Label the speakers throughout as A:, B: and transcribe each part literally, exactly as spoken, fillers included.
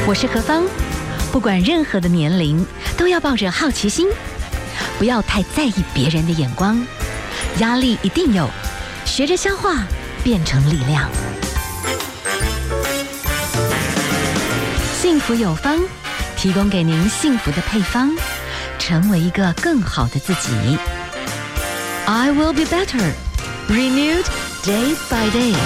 A: 我是何芳，不管任何的年龄，都要抱着好奇心，不要太在意别人的眼光，压力一定有，学着消化，变成力量。幸福有方，提供给您幸福的配方，成为一个更好的自己。I will be better, renewed day by day。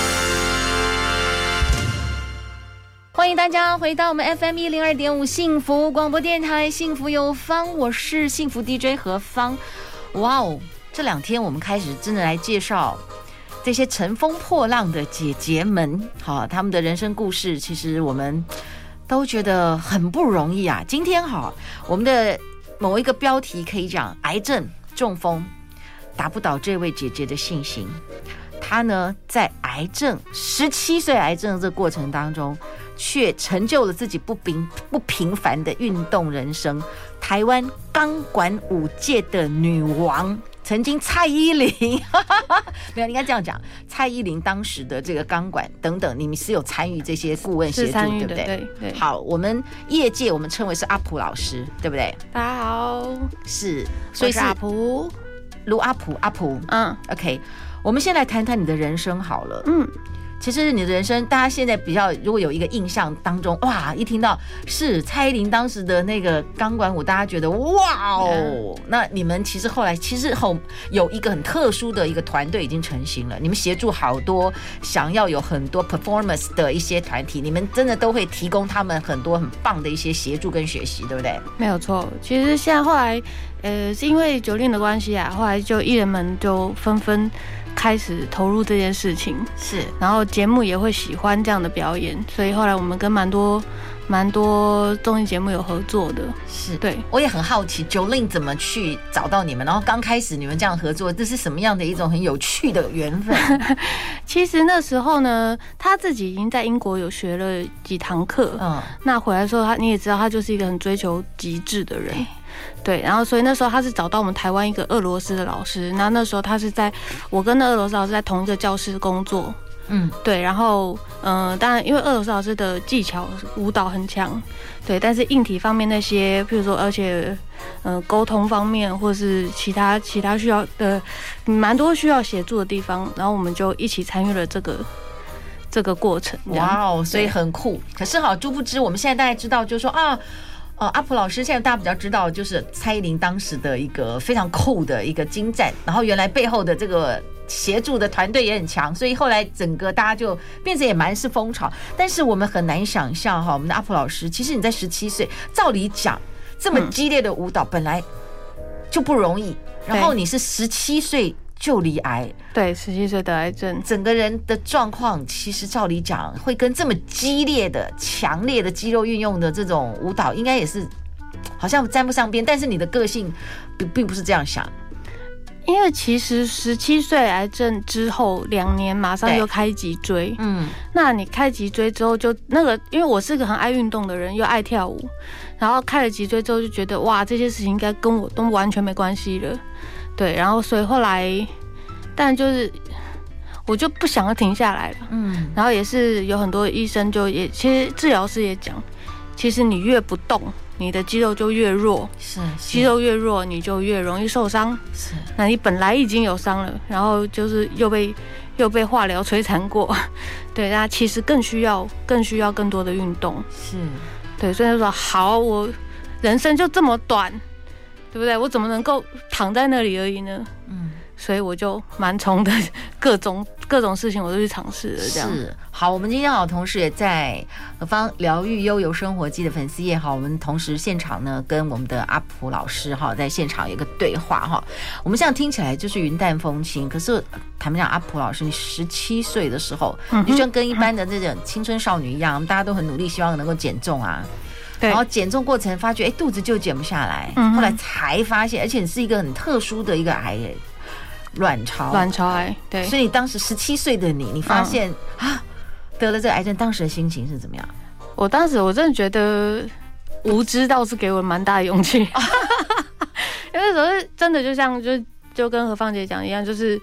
A: 欢迎大家回到我们 F M 一零二点五幸福广播电台，幸福有方，我是幸福 D J 何芳。哇哦，这两天我们开始真的来介绍这些乘风破浪的姐姐们，好，她们的人生故事，其实我们都觉得很不容易啊。今天好，我们的某一个标题可以讲癌症中风打不倒这位姐姐的信心。她呢，在癌症十七岁癌症的这个过程当中，却成就了自己不平不平凡的运动人生。台湾钢管舞界的女王，曾经蔡依林没有，应该这样讲，蔡依林当时的这个钢管等等，你们是有参与这些顾问协助，对不对？
B: 对对。
A: 好，我们业界我们称为是阿普老师，对不对？
B: 大家好，
A: 是，所以是
B: 阿普，
A: 卢阿普，阿普，
B: 嗯
A: ，OK。我们先来谈谈你的人生好了，
B: 嗯。
A: 其实你的人生，大家现在比较如果有一个印象当中，哇，一听到是蔡依林当时的那个钢管舞，大家觉得哇哦，那你们其实后来其实后有一个很特殊的一个团队已经成型了，你们协助好多想要有很多 performance 的一些团体，你们真的都会提供他们很多很棒的一些协助跟学习，对不对？
B: 没有错，其实现在后来，呃，是因为九令的关系啊，后来就艺人们就纷纷开始投入这件事情，
A: 是，
B: 然后节目也会喜欢这样的表演，所以后来我们跟蛮多蛮多综艺节目有合作的。
A: 是，
B: 对，
A: 我也很好奇九令怎么去找到你们，然后刚开始你们这样合作，这是什么样的一种很有趣的缘分？
B: 其实那时候呢，他自己已经在英国有学了几堂课，嗯，那回来的时候他你也知道，他就是一个很追求极致的人。对，然后所以那时候他是找到我们台湾一个俄罗斯的老师，那那时候他是在我跟那俄罗斯老师在同一个教室工作，嗯，对，然后嗯、呃，当然因为俄罗斯老师的技巧舞蹈很强，对，但是硬体方面那些，譬如说而且嗯沟通方面或是其他其他需要的蛮多需要协助的地方，然后我们就一起参与了这个这个过程。
A: 哇哦，所以很酷。可是好，殊不知我们现在大概知道，就是说啊。哦，阿普老师现在大家比较知道，就是蔡依林当时的一个非常酷的一个精湛，然后原来背后的这个协助的团队也很强，所以后来整个大家就变成也蛮是风潮。但是我们很难想象哈，我们的阿普老师，其实你在十七岁，照理讲这么激烈的舞蹈本来就不容易，然后你是十七岁就罹癌，
B: 对，十七岁得癌症，
A: 整个人的状况其实照理讲会跟这么激烈的、强烈的肌肉运用的这种舞蹈，应该也是好像沾不上边。但是你的个性并不是这样想，
B: 因为其实十七岁癌症之后两年马上就开脊椎，嗯，那你开脊椎之后就那个，因为我是个很爱运动的人，又爱跳舞，然后开了脊椎之后就觉得哇，这些事情应该跟我都完全没关系了。对，然后所以后来，但就是我就不想要停下来了，嗯，然后也是有很多医生就也，其实治疗师也讲，其实你越不动，你的肌肉就越弱，
A: 是，
B: 肌肉越弱，你就越容易受伤，是，那你本来已经有伤了，然后就是又被又被化疗摧残过，对，那其实更需要更需要更多的运动，
A: 是，
B: 对，所以就说好，我人生就这么短。对不对？我怎么能够躺在那里而已呢？嗯，所以我就蛮冲的，各种各种事情我都去尝试了。这样
A: 是好。我们今天好，同时也在何方疗愈悠游生活季的粉丝页哈，我们同时现场呢跟我们的阿普老师哈在现场有一个对话哈。我们这样听起来就是云淡风轻，可是坦白讲，阿普老师，你十七岁的时候，嗯、就像跟一般的这种青春少女一样，大家都很努力，希望能够减重啊。然后减重过程发觉，哎，肚子就减不下来，嗯、后来才发现，而且是一个很特殊的一个癌，卵巢，
B: 卵巢癌，对。
A: 所以你当时十七岁的你，你发现、嗯、啊得了这个癌症，当时的心情是怎么样？
B: 我当时我真的觉得无知倒是给我蛮大的勇气，因为那时候真的就像就就跟何芳姐讲一样，就是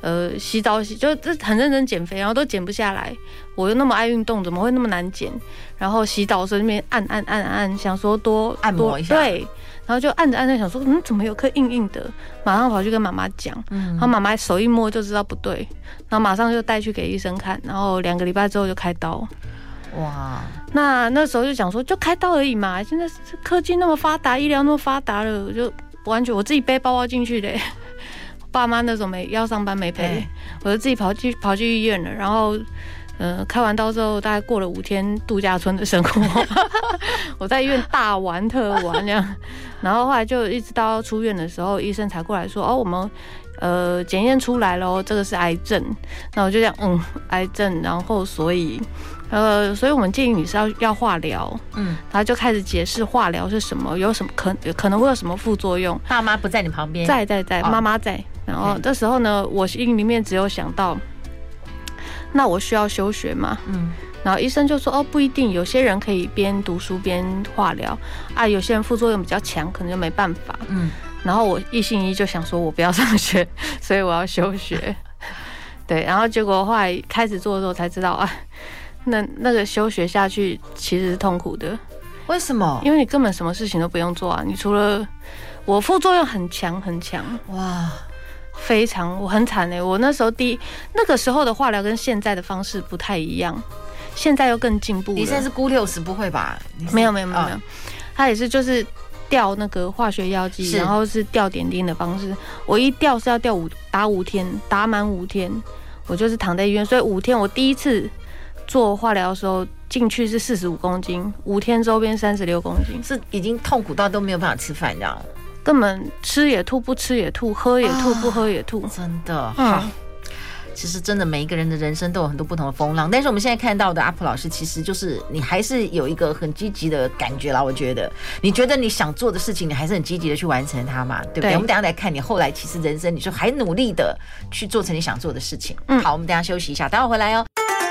B: 呃，洗澡洗就很认真减肥，然后都减不下来。我又那么爱运动，怎么会那么难减？然后洗澡的时候那边按按按按，想说多
A: 按摩一下，
B: 对，然后就按着按着想说，嗯，怎么有颗硬硬的？马上跑去跟妈妈讲，嗯，然后妈妈手一摸就知道不对，然后马上就带去给医生看，然后两个礼拜之后就开刀。哇，那那时候就想说，就开刀而已嘛，现在科技那么发达，医疗那么发达了，我就完全我自己背包包进去的。爸妈那时候没要上班没陪，欸、我就自己跑去跑去医院了。然后，呃，开完刀之后，大概过了五天度假村的生活，我在医院大玩特玩这样。然后后来就一直到出院的时候，医生才过来说：“哦，我们呃检验出来了，这个是癌症。”那我就讲嗯，癌症，然后所以呃，所以我们建议你是要要化疗。嗯，他就开始解释化疗是什么，有什么可可能会有什么副作用。
A: 爸妈不在你旁边，
B: 在在在，妈妈在。然后这时候呢，我心里面只有想到，那我需要休学嘛？嗯。然后医生就说：“哦，不一定，有些人可以边读书边化疗啊，有些人副作用比较强，可能就没办法。”嗯。然后我一心一意就想说，我不要上学，所以我要休学。对，然后结果后来开始做的时候才知道啊，那那个休学下去其实是痛苦的。
A: 为什么？
B: 因为你根本什么事情都不用做啊，你除了我副作用很强很强，哇。非常，我很惨哎！我那时候第一那个时候的化疗跟现在的方式不太一样，现在又更进步了。
A: 你现在是钴六十不会吧？
B: 没有没有没有没有，它也是就是吊那个化学药剂，然后是吊点滴的方式。我一吊是要吊五打五天，打满五天，我就是躺在医院，所以五天我第一次做化疗的时候进去是四十五公斤，五天周边三十六公斤，
A: 是已经痛苦到都没有办法吃饭，你知道吗？
B: 根本吃也吐，不吃也吐，喝也吐，不喝也吐，
A: 真的。好，其实真的每一个人的人生都有很多不同的风浪，但是我们现在看到的阿普老师，其实就是你还是有一个很积极的感觉啦。我觉得，你觉得你想做的事情，你还是很积极的去完成它嘛，对不对？对，我们等一下来看你后来其实人生，你就还努力的去做成你想做的事情。嗯，好，我们等一下休息一下，待会回来哦。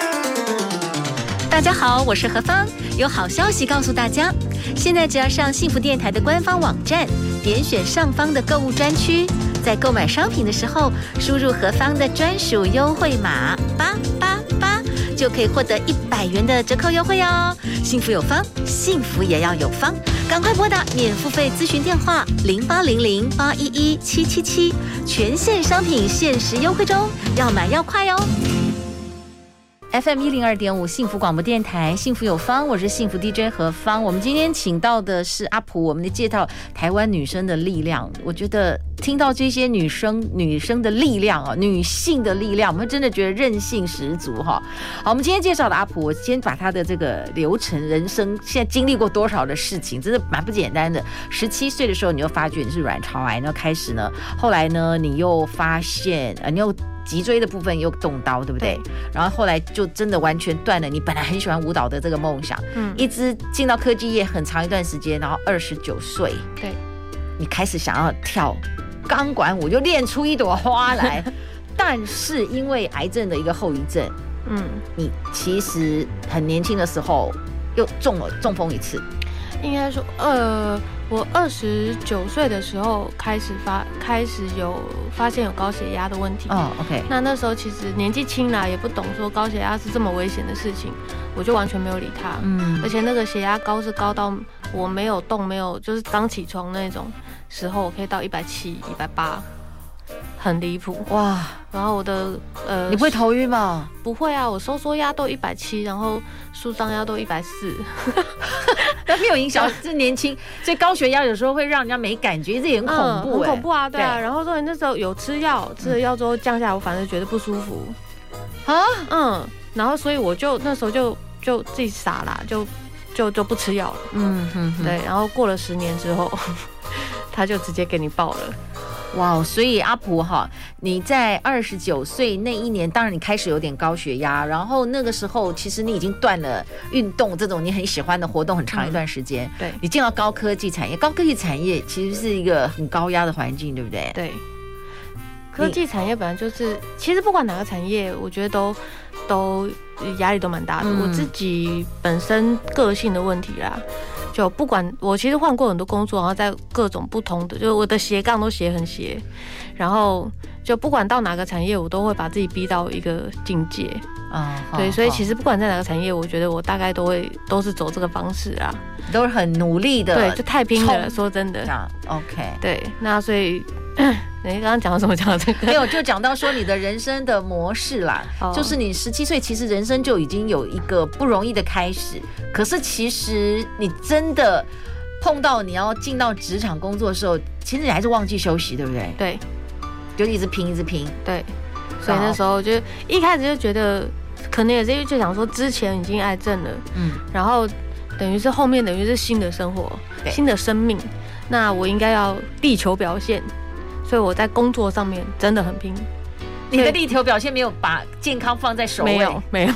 A: 大家好，我是何芳，有好消息告诉大家，现在只要上幸福电台的官方网站，点选上方的购物专区，在购买商品的时候输入何芳的专属优惠码八八八，就可以获得一百元的折扣优惠哦。幸福有方，幸福也要有方，赶快拨打免付费咨询电话零八零零八一一七七七，全线商品限时优惠中，要买要快哦。F M 一零二点五幸福广播电台，幸福有方，我是幸福 D J 何芳。我们今天请到的是阿普，我们的介绍台湾女生的力量。我觉得听到这些女生女生的力量啊，女性的力量，我们真的觉得韧性十足哈。好，我们今天介绍的阿普，我先把她的这个流程、人生现在经历过多少的事情，真的蛮不简单的。十七岁的时候，你又发觉你是卵巢癌，然后开始呢，后来呢，你又发现呃，你又脊椎的部分又动刀，对不对？对，然后后来就真的完全断了你本来很喜欢舞蹈的这个梦想，嗯，一直进到科技业很长一段时间，然后二十九岁，
B: 对，
A: 你开始想要跳钢管舞，就练出一朵花来，但是因为癌症的一个后遗症，嗯，你其实很年轻的时候又中了中风一次，
B: 应该说，呃。我二十九岁的时候开始发开始有发现有高血压的问题。
A: 哦 ，OK。
B: 那那时候其实年纪轻啦，也不懂说高血压是这么危险的事情，我就完全没有理他。嗯。而且那个血压高是高到我没有动，没有就是刚起床那种时候，我可以到一百七、一百八，很离谱哇。然后我的呃，
A: 你不会头晕吗？
B: 不会啊，我收缩压都一百七，然后舒张压都一百四。
A: 但没有影响，是年轻，所以高血压有时候会让人家没感觉，这也很恐怖、欸
B: 嗯，很恐怖啊，对啊。对，然后说你那时候有吃药，吃了药之后降下来，我反而觉得不舒服啊，嗯，然后所以我就那时候就就自己傻啦，就就就不吃药了，嗯哼哼，对。然后过了十年之后，他就直接给你报了。
A: 哇，所以阿普哈，你在二十九岁那一年，当然你开始有点高血压，然后那个时候其实你已经断了运动这种你很喜欢的活动很长一段时间。嗯、对，你进到高科技产业，高科技产业其实是一个很高压的环境，对不对？
B: 对，科技产业本来就是，其实不管哪个产业，我觉得都都压力都蛮大的。嗯、我自己本身个性的问题啦。 就不管我其实换过很多工作，然后在各种不同的，就是我的斜杠都斜很斜，然后就不管到哪个产业，我都会把自己逼到一个境界啊。对，所以其实不管在哪个产业，我觉得我大概都会都是走这个方式啊，
A: 都是很努力的。
B: 对，就太拼了，说真的。
A: 这样 OK。对，
B: 那所以。你刚刚讲到什么？讲到这个
A: 没有，就讲到说你的人生的模式啦，哦、就是你十七岁，其实人生就已经有一个不容易的开始。可是其实你真的碰到你要进到职场工作的时候，其实你还是忘记休息，对不对？
B: 对，
A: 就一直拼，一直拼。
B: 对，所以那时候就一开始就觉得，可能也是因为就想说之前已经癌症了，嗯，然后等于是后面等于是新的生活，新的生命，那我应该要力求表现。所以我在工作上面真的很拼。
A: 你的力求表现没有把健康放在首位？
B: 没有，没有。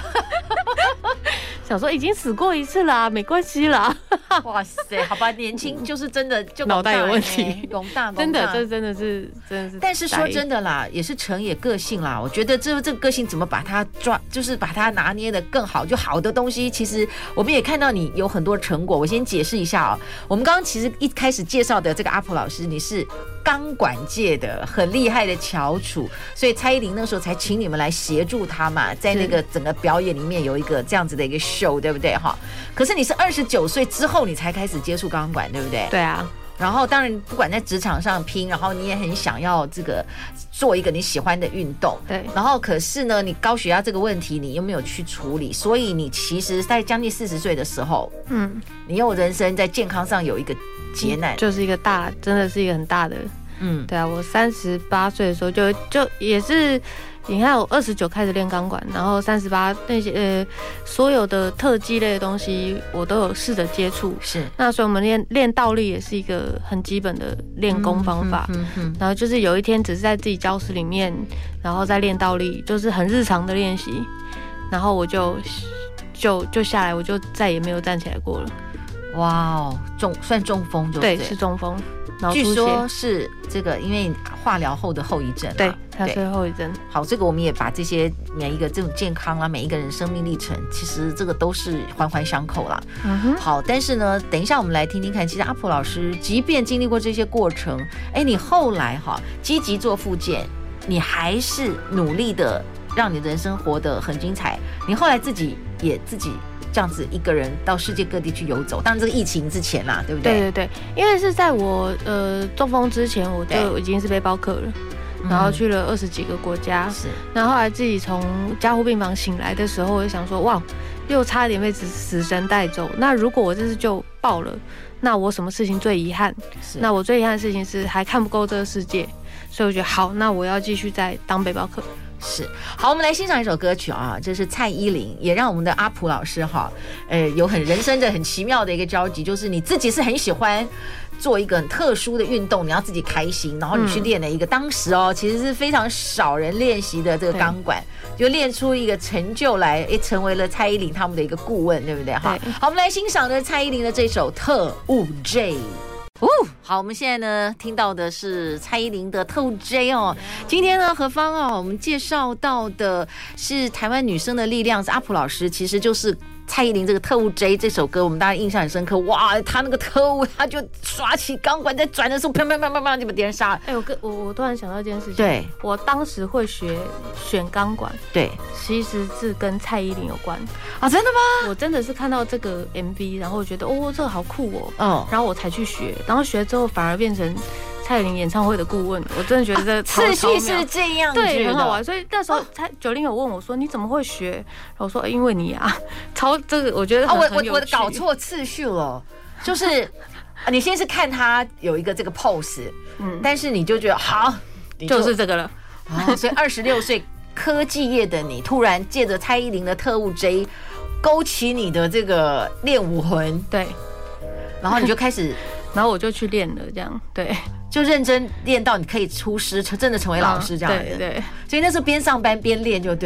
B: 想说已经死过一次啦，没关系啦。
A: 哇塞，好吧，年轻就是真的就
B: 脑袋有问题，
A: 拱大，
B: 真的，这真的是真的是。
A: 但是说真的啦，也是成也个性啦。我觉得这这个个性怎么把它抓，就是把它拿捏的更好，就好的东西，其实我们也看到你有很多成果。我先解释一下啊、喔，我们刚刚其实一开始介绍的这个阿普老师，你是钢管界的很厉害的翘楚，所以蔡依林那时候才请你们来协助他嘛，在那个整个表演里面有一个这样子的一个秀，对不对哈？可是你是二十九岁之后你才开始接触钢管，对不对？
B: 对啊。
A: 然后当然不管在职场上拼，然后你也很想要这个做一个你喜欢的运动，
B: 对。
A: 然后可是呢，你高血压这个问题你又没有去处理，所以你其实在将近四十岁的时候，嗯，你又人生在健康上有一个劫难，
B: 就是一个大，真的是一个很大的。嗯，对啊，我三十八岁的时候就就也是，你看我二十九开始练钢管，然后三十八那些呃所有的特技类的东西我都有试着接触。
A: 是，
B: 那所以我们练练倒立也是一个很基本的练功方法。嗯嗯。然后就是有一天只是在自己教室里面，然后在练倒立，就是很日常的练习，然后我就就就下来，我就再也没有站起来过了。
A: 哇哦，中算中风就对，
B: 对，是中风。
A: 据说是这个，因为化疗后的后遗症、啊，
B: 对，它是后遗症。
A: 好，这个我们也把这些每一个这种健康啦，每一个人生命历程，其实这个都是环环相扣啦。嗯哼。好，但是呢，等一下我们来听听看，其实阿普老师即便经历过这些过程，哎，你后来哈积极做复健，你还是努力的让你的人生活得很精彩。你后来自己也自己。这样子一个人到世界各地去游走，当然这个疫情之前啦，对不对？
B: 对对对，因为是在我呃中风之前，我就已经是背包客了，然后去了二十几个国家。是，然后后来自己从加护病房醒来的时候，我就想说，哇，又差一点被死神带走。那如果我这次就爆了，那我什么事情最遗憾？是，那我最遗憾的事情是还看不够这个世界，所以我觉得好，那我要继续再当背包客。
A: 是，好，我们来欣赏一首歌曲啊，这是蔡依林，也让我们的阿普老师哈，呃，有很人生的很奇妙的一个交集，就是你自己是很喜欢做一个很特殊的运动，你要自己开心，然后你去练了一个，嗯、当时哦，其实是非常少人练习的这个钢管，就练出一个成就来，也成为了蔡依林他们的一个顾问，对不对？哈，好，我们来欣赏的蔡依林的这首《特务 J》。哦，好，我们现在呢听到的是蔡依林的特务 J 哦。今天呢何方啊，我们介绍到的是台湾女生的力量，是阿普老师，其实就是蔡依林这个特务 J 这首歌，我们大家印象很深刻。哇，他那个特务，他就耍起钢管在转的时候，砰砰砰砰砰就把别人杀了。
B: 哎、欸，我跟我我突然想到一件事情，
A: 对，
B: 我当时会学选钢管，
A: 对，
B: 其实是跟蔡依林有关
A: 啊，真的吗？
B: 我真的是看到这个 M V， 然后我觉得哦，这个好酷哦，嗯，然后我才去学，然后学之后反而变成蔡依林演唱会的顾问，我真的觉得这
A: 次序是这样，
B: 对，很好玩。所以那时候蔡九零有问我说：“你怎么会学？”然后我说：“因为你啊，超这个我觉得很、
A: 哦、我我我搞错次序了，就是你先是看他有一个这个 pose， 嗯，但是你就觉得好，
B: 就, 就是这个了。
A: 哦，所以二十六岁科技业的你，突然借着蔡依林的特务 J， 勾起你的这个练武魂，
B: 对，
A: 然后你就开始。
B: 然后我就去练了，这样对，
A: 就认真练到你可以出师，真的成为老师这样的。
B: 嗯、对对，
A: 所以那时候边上班边练就对了。
B: 嗯，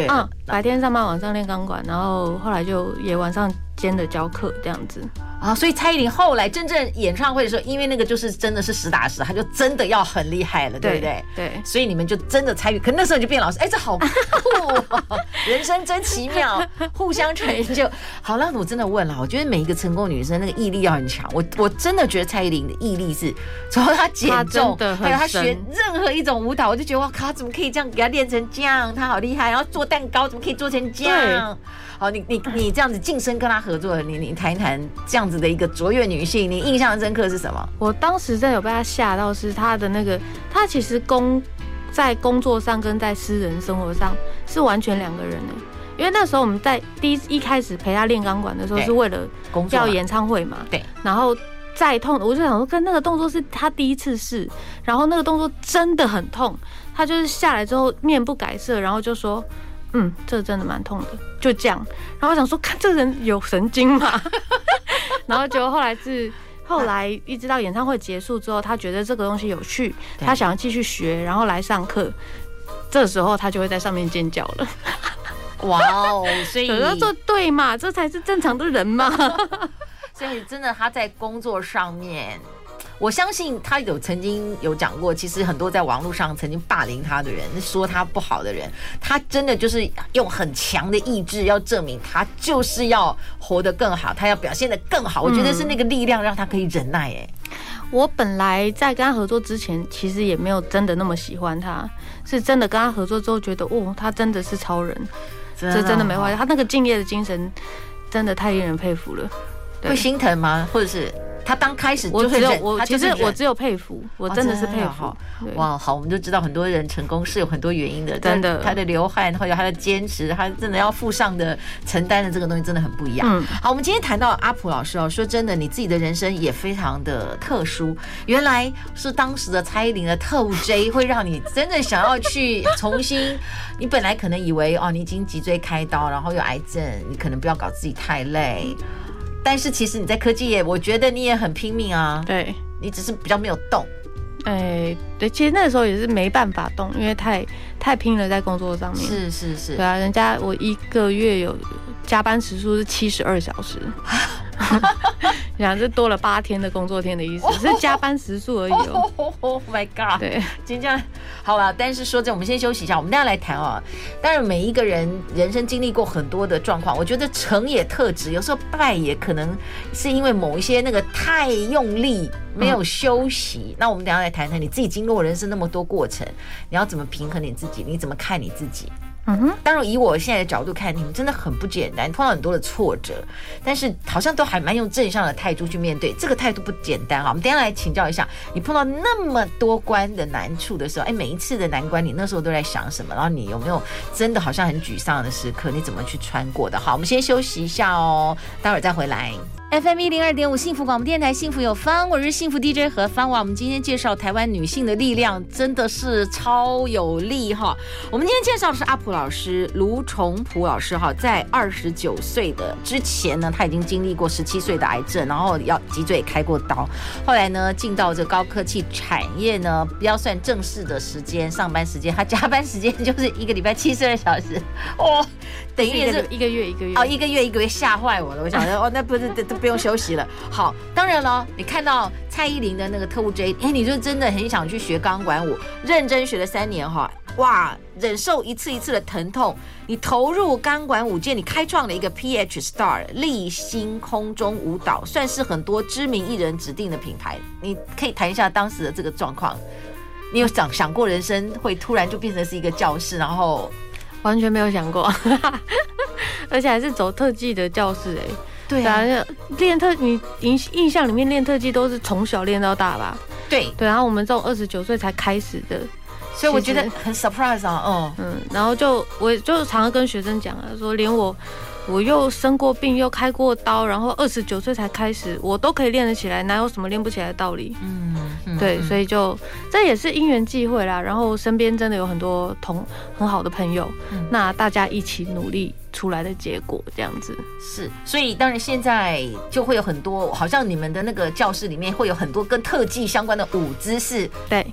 B: 白天上班，晚上练钢管，然后后来就也晚上兼的教课这样子。
A: 啊，所以蔡依林后来真正演唱会的时候，因为那个就是真的是实打实，她就真的要很厉害了，对不对？
B: 对，
A: 所以你们就真的参与，可那时候你就变老师，哎，这好酷哦，人生真奇妙，互相成就。好了，我真的问了，我觉得每一个成功女生那个毅力要很强，我我真的觉得蔡依林的毅力是从她减重，还有她学任何一种舞蹈，我就觉得哇靠，怎么可以这样给她练成这样？她好厉害，然后做蛋糕怎么可以做成这样？好，你你你这样子晋升跟她合作的，你你谈一谈这样子的一个卓越女性，你印象深刻是什么？
B: 我当时真的有被她吓到，是她的那个，她其实工在工作上跟在私人生活上是完全两个人的。因为那时候我们在第一一开始陪她练钢管的时候，是为了要演唱会嘛，对，然后再痛，我就想说，跟那个动作是她第一次试，然后那个动作真的很痛，她就是下来之后面不改色，然后就说。嗯，这真的蛮痛的，就这样。然后我想说，看这人有神经吗？然后结果后来是后来一直到演唱会结束之后，他觉得这个东西有趣，他想要继续学，然后来上课。这时候他就会在上面尖叫了。
A: 哇哦！所以
B: 他说对嘛，这才是正常的人嘛。
A: 所以真的他在工作上面。我相信他有曾经有讲过，其实很多在网络上曾经霸凌他的人，说他不好的人，他真的就是用很强的意志要证明他就是要活得更好，他要表现得更好。我觉得是那个力量让他可以忍耐。哎、嗯，
B: 我本来在跟他合作之前，其实也没有真的那么喜欢他，是真的跟他合作之后觉得，哦，他真的是超人，这真的没坏。他那个敬业的精神真的太令人佩服了。
A: 会心疼吗？或者是？他刚开始就会忍，
B: 我其实我只有佩服，我真的是佩服。
A: 哦、哇，好，我们就知道很多人成功是有很多原因的，
B: 真的，
A: 他的流汗或者他的坚持，他真的要付上的承担的这个东西真的很不一样。嗯，好，我们今天谈到阿普老师哦，说真的，你自己的人生也非常的特殊，原来是当时的蔡依林的特务 J 会让你真的想要去重新，你本来可能以为哦，你已经脊椎开刀，然后有癌症，你可能不要搞自己太累。但是其实你在科技业，我觉得你也很拼命啊。
B: 对，
A: 你只是比较没有动。
B: 哎、欸，对，其实那个时候也是没办法动，因为太太拼了在工作上面。
A: 是是是。
B: 对啊，人家我一个月有加班时数是七十二小时，你想这多了八天的工作天的意思，是加班时数而已哦。
A: Oh my god！
B: 对，
A: 今天好了，但是说真的，我们先休息一下，我们等一下来谈哦。当然，每一个人人生经历过很多的状况，我觉得成也特质，有时候败也可能是因为某一些那个太用力，没有休息。嗯、那我们等一下来谈谈你自己经过人生那么多过程，你要怎么平衡你自己？你怎么看你自己？嗯哼，当然以我现在的角度看，你们真的很不简单，碰到很多的挫折，但是好像都还蛮用正向的态度去面对，这个态度不简单啊。我们等一下来请教一下，你碰到那么多关的难处的时候，哎，每一次的难关，你那时候都在想什么？然后你有没有真的好像很沮丧的时刻？你怎么去穿过的？好，我们先休息一下哦，待会儿再回来。F M 一零二点五幸福广播电台，幸福有方，我是幸福 D J 何方。哇，我们今天介绍台湾女性的力量真的是超有力哈。我们今天介绍的是阿普老师卢崇璞老师哈，在二十九岁的之前呢，他已经经历过十七岁的癌症，然后要脊椎也开过刀，后来呢进到这高科技产业呢，不要算正式的时间上班时间，他加班时间就是一个礼拜七十二小时哦，等于也是
B: 一个月一个月
A: 哦，一个月一个月吓坏我了，我想说哦，那不是都不用休息了。好，当然了，你看到蔡依林的那个特务 J， 哎，你就真的很想去学钢管舞，认真学了三年哈，哇，忍受一次一次的疼痛，你投入钢管舞界，你开创了一个 P H Star 立星空中舞蹈，算是很多知名艺人指定的品牌。你可以谈一下当时的这个状况，你有想想过人生会突然就变成是一个教室，然后
B: 完全没有想过，而且还是走特技的教室哎、欸。对啊，练特你印印象里面练特技都是从小练到大吧？
A: 对
B: 对，然后我们这种二十九岁才开始的，
A: 所以我觉得很 surprise 啊，嗯
B: 嗯，然后就我就常常跟学生讲啊，说连我我又生过病又开过刀，然后二十九岁才开始，我都可以练得起来，哪有什么练不起来的道理？嗯，嗯对，所以就这也是因缘际会啦。然后身边真的有很多同很好的朋友，嗯、那大家一起努力出来的结果，这样子
A: 是。所以当然现在就会有很多，好像你们的那个教室里面会有很多跟特技相关的舞姿势，
B: 对。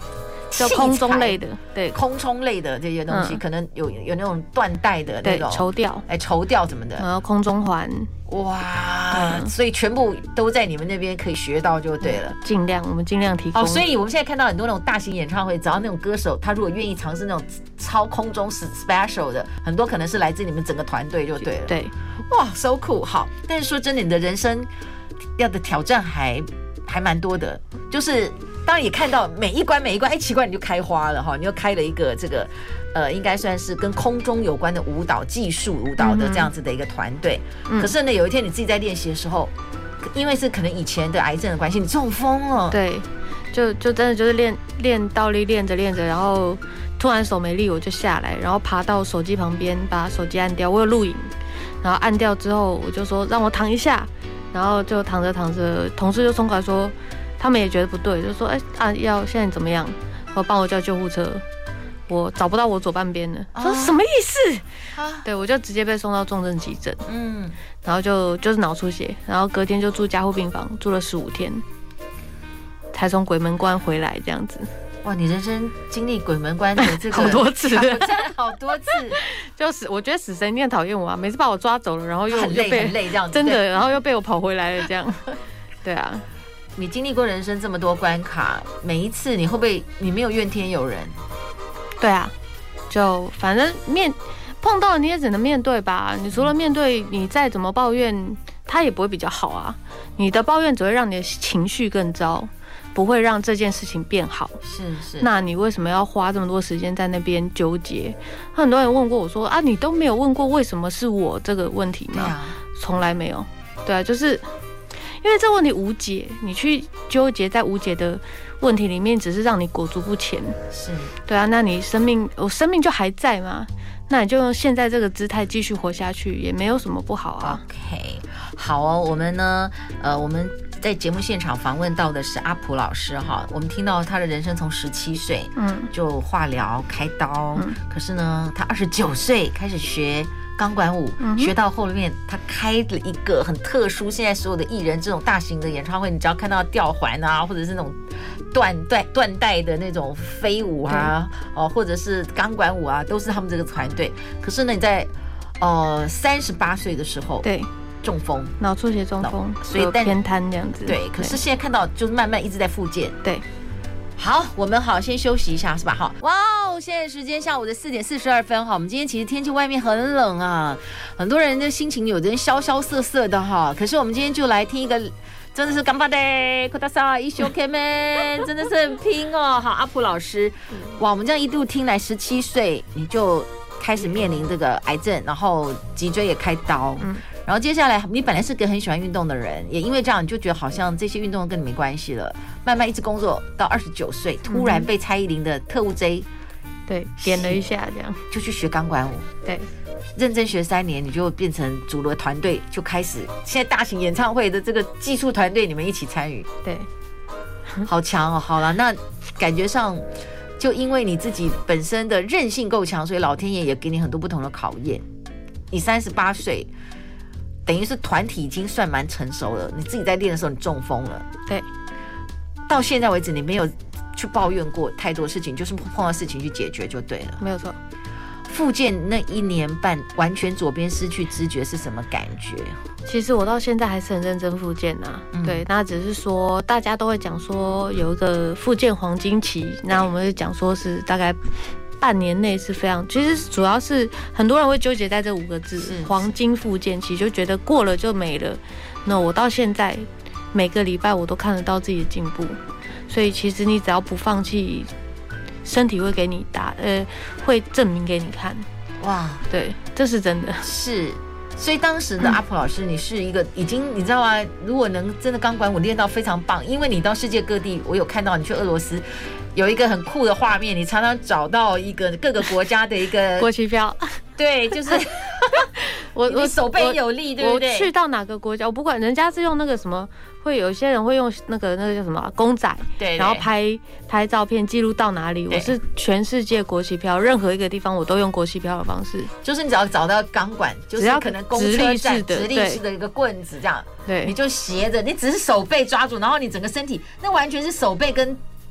B: 叫空中类的，对，
A: 空冲类的这些东西，嗯、可能有有那种缎带的那种
B: 绸吊，
A: 哎，绸吊什么的，
B: 然后空中环，
A: 哇、嗯，所以全部都在你们那边可以学到就对了，
B: 尽量我们尽量提供。
A: 哦，所以我们现在看到很多那种大型演唱会，只要那种歌手他如果愿意尝试那种超空中 special 的，很多可能是来自你们整个团队就对了。
B: 对，
A: 哇 ，so cool。好，但是说真的，你的人生要的挑战还还蛮多的，就是当然也看到每一关每一关，哎，奇怪你就开花了哈，你又开了一个这个。呃，应该算是跟空中有关的舞蹈技术舞蹈的这样子的一个团队。嗯、可是呢，有一天你自己在练习的时候，因为是可能以前的癌症的关系，你中风了。
B: 对，就就真的就是练练倒立，练着练着，然后突然手没力，我就下来，然后爬到手机旁边，把手机按掉。我有录影，然后按掉之后，我就说让我躺一下，然后就躺着躺着，同事就冲过来说，他们也觉得不对，就说哎啊要现在怎么样？我帮我叫救护车。我找不到我左半边了，说什么意思？啊、对，我就直接被送到重症急诊，嗯，然后就就是脑出血，然后隔天就住加护病房，住了十五天，才从鬼门关回来这样子。
A: 哇，你人生经历鬼门关的这个
B: 好多次，
A: 真的好多次，
B: 就是我觉得死神一定很讨厌我啊，每次把我抓走了，然后又
A: 很累很累这样子，
B: 真的，然后又被我跑回来了这样，对啊。
A: 你经历过人生这么多关卡，每一次你会不会你没有怨天尤人？
B: 对啊，就反正面碰到你也只能面对吧。你除了面对，你再怎么抱怨，它也不会比较好啊。你的抱怨只会让你的情绪更糟，不会让这件事情变好。
A: 是是。
B: 那你为什么要花这么多时间在那边纠结？很多人问过我说啊，你都没有问过为什么是我这个问题吗？啊、从来没有。对啊，就是因为这问题无解，你去纠结在无解的问题里面，只是让你裹足不前。
A: 是，
B: 对啊，那你生命，我生命就还在嘛？那你就用现在这个姿态继续活下去，也没有什么不好啊。
A: OK， 好哦，我们呢，呃，我们在节目现场访问到的是阿普老师哈，我们听到他的人生从十七岁，嗯，就化疗开刀，嗯，可是呢，他二十九岁开始学钢管舞，嗯、学到后面他开了一个很特殊，现在所有的艺人这种大型的演唱会，你只要看到吊环啊，或者是那种缎带缎带的那种飞舞啊，哦，或者是钢管舞啊，都是他们这个团队。可是呢，你在呃三十八岁的时候，对。中风，
B: 脑出血中风，所以偏瘫这样子。
A: 对，可是现在看到就是慢慢一直在复健。
B: 对，
A: 好，我们好先休息一下，是吧？好，哇哦，现在时间下午的四点四十二分哈。我们今天其实天气外面很冷啊，很多人的心情有的人萧萧瑟瑟的哈。可是我们今天就来听一个，真的是干巴的，库达萨一休 K 们，真的是很拼哦。好，阿普老师，哇，我们这样一路听来，十七岁你就开始面临这个癌症，然后脊椎也开刀。嗯。然后接下来，你本来是个很喜欢运动的人，也因为这样，你就觉得好像这些运动跟你没关系了。慢慢一直工作到二十九岁，突然被蔡依林的特务 J
B: 对点了一下，这样
A: 就去学钢管舞。
B: 对，
A: 认真学三年，你就变成组了团队，就开始现在大型演唱会的这个技术团队，你们一起参与。
B: 对，
A: 好强哦！好了，那感觉上就因为你自己本身的韧性够强，所以老天爷也给你很多不同的考验。你三十八岁。等于是团体已经算蛮成熟了，你自己在练的时候你中风了，
B: 对，
A: 到现在为止你没有去抱怨过太多事情，就是碰到事情去解决就对了，
B: 没有错。
A: 复健那一年半，完全左边失去知觉是什么感觉？
B: 其实我到现在还是很认真复健啊，嗯、对，那只是说大家都会讲说有一个复健黄金期，那我们就讲说是大概。半年内是非常，其实主要是很多人会纠结在这五个字“黄金复健期”，就觉得过了就没了。那我到现在每个礼拜我都看得到自己的进步，所以其实你只要不放弃，身体会给你答，呃，会证明给你看。哇，对，这是真的。
A: 是，所以当时的阿普老师，你是一个已经你知道吗？如果能真的钢管舞练到非常棒，因为你到世界各地，我有看到你去俄罗斯。有一个很酷的画面，你常常找到一个各个国家的一个
B: 国旗标，
A: 对，就是我我手背有力，对不对？
B: 我去到哪个国家，我不管人家是用那个什么，会有一些人会用那个那个叫什么公仔，对，然后拍拍照片记录到哪里。我是全世界国旗标，任何一个地方我都用国旗标的方式，
A: 就是你只要找到钢管，就是可能公车站直立式的一个棍子这样，对，你就斜着，你只是手背抓住，然后你整个身体那完全是手背跟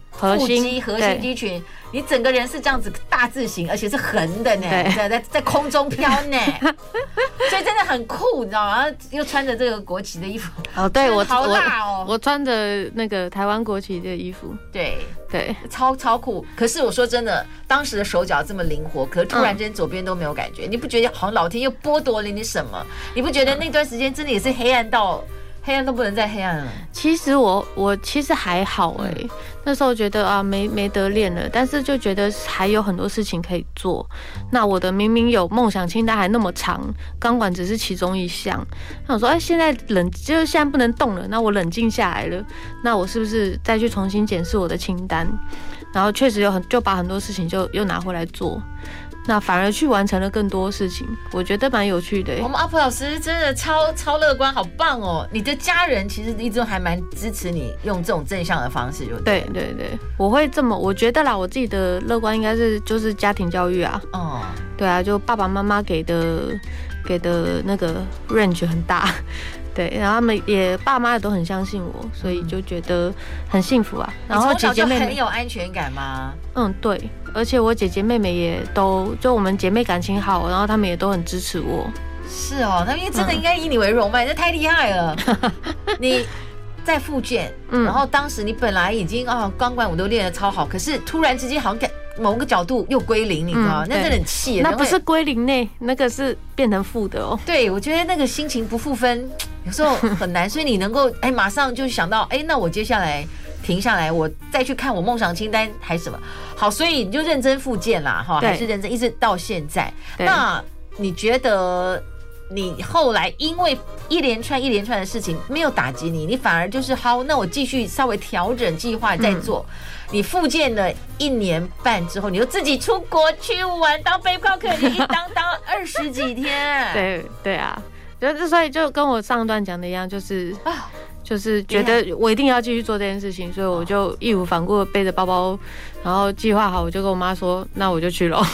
B: 核心
A: 腹肌核心肌群，你整个人是这样子大字形，而且是横的呢，在在在空中飘呢，所以真的很酷，你知道吗？又穿着这个国旗的衣服，
B: 哦，对我
A: 好大哦，
B: 我穿着那个台湾国旗的衣服，
A: 对
B: 对，
A: 超超酷。可是我说真的，当时的手脚这么灵活，可是突然间左边都没有感觉，嗯、你不觉得好像老天又剥夺了你什么？你不觉得那段时间真的也是黑暗到？黑暗都不能再黑暗了。
B: 其实我我其实还好哎、欸，嗯、那时候觉得啊没没得练了，但是就觉得还有很多事情可以做。那我的明明有梦想清单还那么长，钢管只是其中一项。那我说哎、欸，现在冷就是现在不能动了，那我冷静下来了，那我是不是再去重新检视我的清单？然后确实有很就把很多事情就又拿回来做。那反而去完成了更多事情，我觉得蛮有趣的、欸。
A: 我们阿普老师真的超超乐观，好棒哦！你的家人其实一直都还蛮支持你用这种正向的方式，就对。
B: 对对对，我会这么，我觉得啦，我自己的乐观应该是就是家庭教育啊。哦。对啊，就爸爸妈妈给的给的那个 range 很大。对，然后他们也爸妈也都很相信我，所以就觉得很幸福啊。然后姐姐妹妹
A: 很有安全感吗？
B: 嗯，对，而且我姐姐妹妹也都就我们姐妹感情好，然后他们也都很支持我。
A: 是哦，他们真的应该以你为荣吧？这、嗯、太厉害了！你在复健，嗯、然后当时你本来已经啊钢管舞都练得超好，可是突然之间好像感某个角度又归零，你知道吗？嗯、那真的很气。
B: 那不是归零呢，那个是变成负的哦。
A: 对，我觉得那个心情不负分。有时候很难，所以你能够哎，马上就想到哎，那我接下来停下来，我再去看我梦想清单还是什么好，所以你就认真复健啦，哈，还是认真一直到现在。那你觉得你后来因为一连串一连串的事情没有打击你，你反而就是好，那我继续稍微调整计划再做。嗯、你复健了一年半之后，你就自己出国去玩，当背包客，你一当当二十几天。
B: 对对啊。就所以就跟我上一段讲的一样，就是啊，就是觉得我一定要继续做这件事情，所以我就义无反顾背着包包，然后计划好，我就跟我妈说，那我就去了。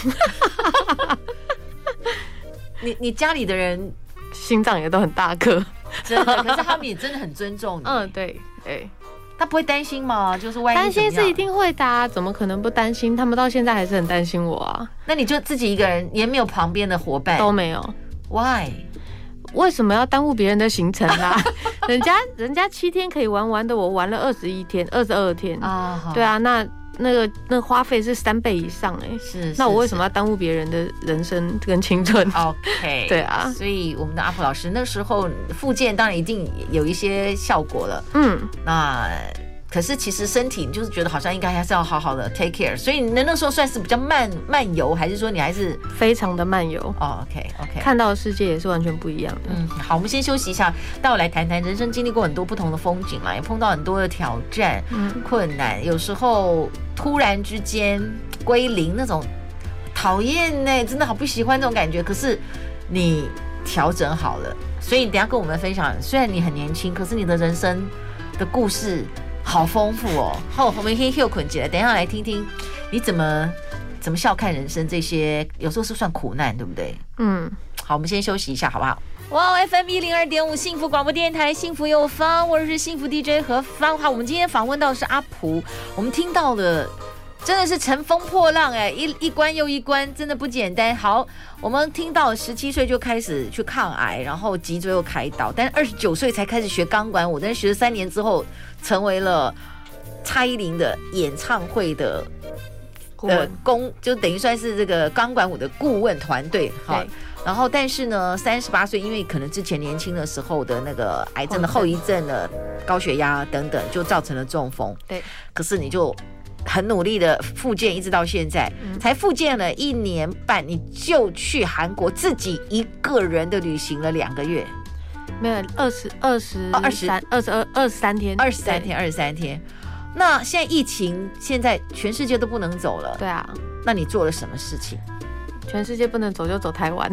A: 你你家里的人
B: 心脏也都很大颗，
A: 真的，可是他们也真的很尊重你。
B: 嗯，对对。
A: 他不会担心吗？就是万一
B: 担心是一定会的、啊，怎么可能不担心？他们到现在还是很担心我啊。
A: 那你就自己一个人，也没有旁边的伙伴？
B: 都没有。
A: Why？
B: 为什么要耽误别人的行程啊？人家人家七天可以玩完的，我玩了二十一天、二十二天啊。对啊，那那个那花费是三倍以上哎、欸。是。那我为什么要耽误别人的人生跟青春
A: ？OK。
B: 对啊。
A: 所以我们的阿普老师那时候复健当然一定有一些效果了。嗯。那。可是其实身体就是觉得好像应该还是要好好的 take care， 所以你那时候算是比较慢慢游，还是说你还是
B: 非常的慢游？哦
A: ，OK OK，
B: 看到的世界也是完全不一样的。
A: 嗯，好，我们先休息一下，待会来谈谈人生经历过很多不同的风景啦，也碰到很多的挑战、嗯、困难，有时候突然之间归零那种讨厌呢，真的好不喜欢那种感觉。可是你调整好了，所以你等一下跟我们分享，虽然你很年轻，可是你的人生的故事。好丰富哦！好，我们可以休困起来，等一下来听听你怎么怎么笑看人生这些，有时候是算苦难，对不对？嗯，好，我们先休息一下，好不好？哇 ，F M 一零二点五幸福广播电台，幸福有方，我是幸福 D J 何方。好，我们今天访问到的是阿普，我们听到的真的是乘风破浪哎，一一关又一关，真的不简单。好，我们听到十七岁就开始去抗癌，然后脊椎又开刀，但是二十九岁才开始学钢管舞，但是学了三年之后。成为了蔡依林的演唱会的呃公，就等于算是这个钢管舞的顾问团队。好，然后但是呢，三十八岁，因为可能之前年轻的时候的那个癌症的后遗症的高血压等等，就造成了中风。对，可是你就很努力的复健，一直到现在，嗯、才复健了一年半，你就去韩国自己一个人的旅行了两个月。
B: 没有二十二十二十三二十二二十三天
A: 二十三天二十三天，那现在疫情，现在全世界都不能走了。
B: 对啊，
A: 那你做了什么事情？
B: 全世界不能走就走台湾。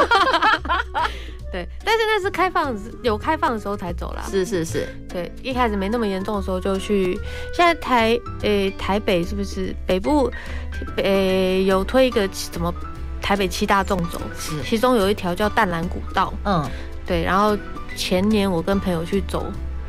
B: 对，但是那是开放有开放的时候才走啦。
A: 是是是，
B: 对，一开始没那么严重的时候就去。现在台诶、欸、台北是不是北部诶、欸、有推一个什么台北七大纵走，是其中有一条叫淡蓝古道。嗯。对，然后前年我跟朋友去走，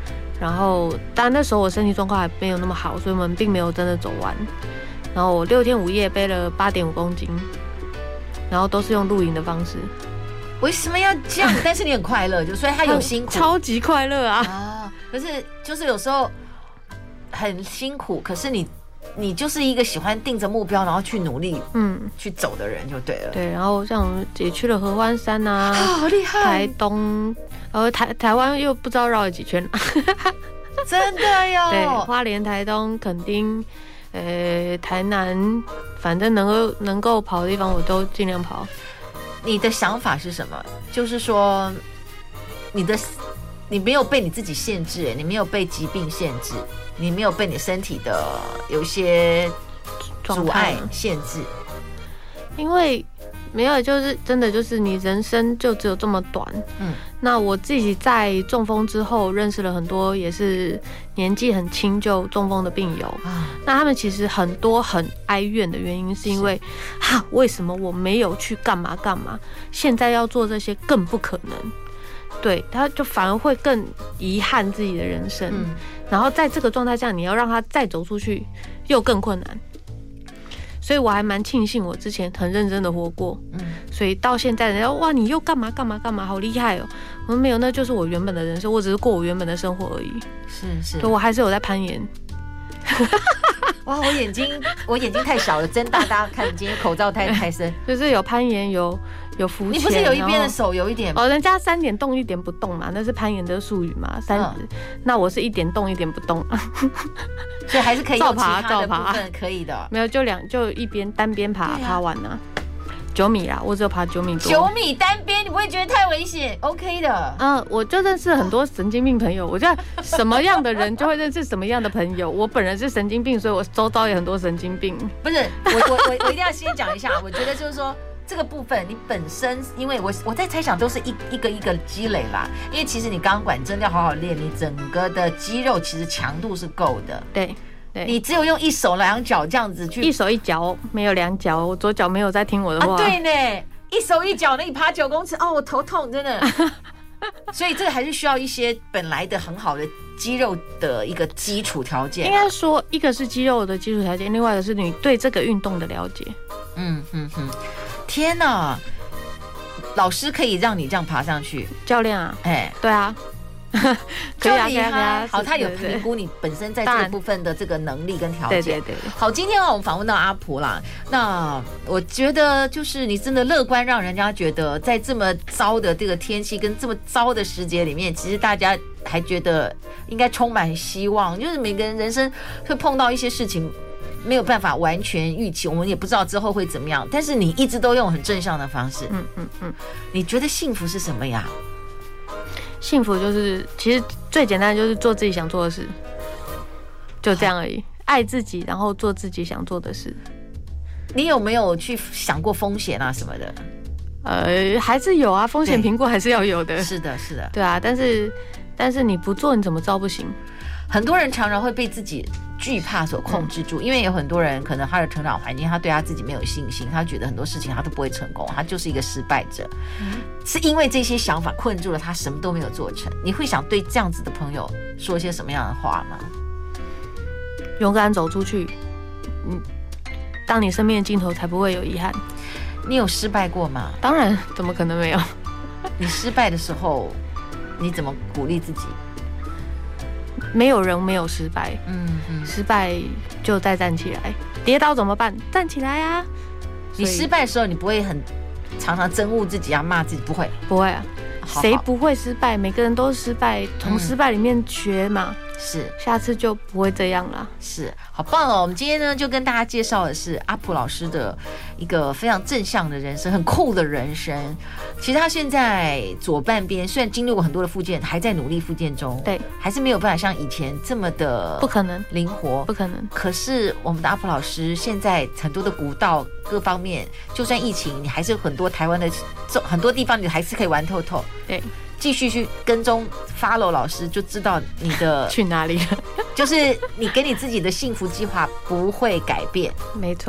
B: 然后当然那时候我身体状况还没有那么好，所以我们并没有真的走完。然后我六天五夜背了八点五公斤，然后都是用露营的方式。
A: 为什么要这样？但是你很快乐，就所以他有辛苦，
B: 超级快乐啊！
A: 啊，可是就是有时候很辛苦，可是你你就是一个喜欢定着目标，然后去努力，嗯，去走的人就对了。
B: 对，然后像我们也去了合欢山啊，
A: 啊好厉害！
B: 台东，呃，台台湾又不知道绕了几圈，
A: 真的哟。
B: 对，花莲、台东、垦丁。呃，台南，反正能够能够跑的地方，我都尽量跑。
A: 你的想法是什么？就是说，你的你没有被你自己限制，你没有被疾病限制，你没有被你身体的有一些阻碍限制。因
B: 为没有，就是真的就是你人生就只有这么短。嗯，那我自己在中风之后认识了很多也是年纪很轻就中风的病友。啊，那他们其实很多很哀怨的原因是因为，哈，为什么我没有去干嘛干嘛，现在要做这些更不可能。对，他就反而会更遗憾自己的人生。嗯，然后在这个状态下，你要让他再走出去，又更困难。所以我还蛮庆幸我之前很认真的活过，嗯，所以到现在人家哇你又干嘛干嘛干嘛好厉害哦，我说没有，那就是我原本的人生，我只是过我原本的生活而已。
A: 是是，
B: 对我还是有在攀岩。
A: 哇，我眼睛我眼睛太小了，睁大大看不见，口罩太太深。
B: 就是有攀岩，有有浮潜。
A: 你不是有一边的手有一点
B: 哦？人家三点动一点不动嘛，那是攀岩的术语嘛。三，嗯，那我是一点动一点不动，
A: 所以还是可以
B: 照爬照爬，
A: 可以的。
B: 没有，就两就一边单边爬，啊，爬完啊。九米啦，我只有爬九米多。
A: 九米单边，你不会觉得太危险 ？OK 的。
B: 嗯，我就认识很多神经病朋友。我觉得什么样的人就会认识什么样的朋友。我本人是神经病，所以我周遭也很多神经病。
A: 不是，我我我我一定要先讲一下。我觉得就是说这个部分，你本身，因为我我在猜想都是一一个一个积累啦。因为其实你钢管真的要好好练，你整个的肌肉其实强度是够的。
B: 对。
A: 你只有用一手两脚这样子去，
B: 一手一脚，没有两脚，我左脚没有在听我的话。
A: 啊，对呢，一手一脚，那你爬九公尺，哦，我头痛，真的。所以这个还是需要一些本来的很好的肌肉的一个基础条件。
B: 应该说，一个是肌肉的基础条件，另外一个是你对这个运动的了解。嗯
A: 嗯嗯，天哪，老师可以让你这样爬上去？
B: 教练啊，哎，对啊。
A: 可以啊，可以啊，好，他有评估你本身在这个部分的这个能力跟条件。
B: 对对对。
A: 好，今天啊，我们访问到阿普啦。那我觉得就是你真的乐观，让人家觉得在这么糟的这个天气跟这么糟的时节里面，其实大家还觉得应该充满希望。就是每个人人生会碰到一些事情，没有办法完全预期，我们也不知道之后会怎么样。但是你一直都用很正向的方式。嗯嗯嗯。你觉得幸福是什么呀？
B: 幸福就是，其实最简单的就是做自己想做的事，就这样而已。爱自己，然后做自己想做的事。
A: 你有没有去想过风险啊什么的？
B: 呃，还是有啊，风险评估还是要有的。
A: 是的，是的。
B: 对啊，但是但是你不做，你怎么知道不行？
A: 很多人常常会被自己惧怕所控制住，因为有很多人可能他的成长环境，他对他自己没有信心，他觉得很多事情他都不会成功，他就是一个失败者。嗯，是因为这些想法困住了他，什么都没有做成。你会想对这样子的朋友说些什么样的话吗？
B: 勇敢走出去，嗯，当你生命的尽头才不会有遗憾。
A: 你有失败过吗？
B: 当然，怎么可能没有？
A: 你失败的时候，你怎么鼓励自己？
B: 没有人没有失败，嗯嗯，失败就再站起来，跌倒怎么办？站起来啊！
A: 你失败的时候，你不会很常常憎恶自己啊，骂自己，不会，
B: 不会啊，谁不会失败？每个人都失败，从失败里面学嘛。是，下次就不会这样了。
A: 是，好棒哦！我们今天呢，就跟大家介绍的是阿普老师的一个非常正向的人生，很酷的人生。其实他现在左半边虽然经历过很多的复健，还在努力复健中，
B: 对，
A: 还是没有办法像以前这么的
B: 不可能
A: 灵活，
B: 不可能。
A: 可是我们的阿普老师现在很多的古道各方面，就算疫情，你还是有很多台湾的很多地方，你还是可以玩透透。
B: 对。
A: 继续去跟踪 follow 老师，就知道你的
B: 去哪里了。
A: 就是你给你自己的幸福计划不会改变。
B: 没错。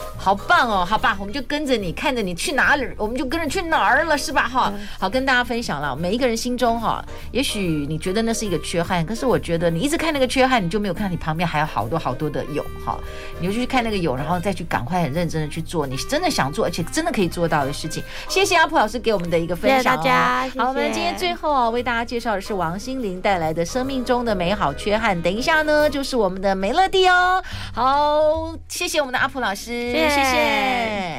A: 好棒哦，好吧，我们就跟着你，看着你去哪里，我们就跟着去哪儿了，是吧？哈，好，跟大家分享了，每一个人心中哈，也许你觉得那是一个缺憾，可是我觉得你一直看那个缺憾，你就没有看你旁边还有好多好多的有哈，你就去看那个有，然后再去赶快很认真的去做你真的想做，而且真的可以做到的事情。谢谢阿普老师给我们的一个分享、哦，
B: 谢谢大家。谢谢。
A: 好，我们今天最后啊，为大家介绍的是王心凌带来的《生命中的美好缺憾》，等一下呢就是我们的梅乐蒂哦。好，谢谢我们的阿普老师，
B: 谢谢。
A: 谢谢。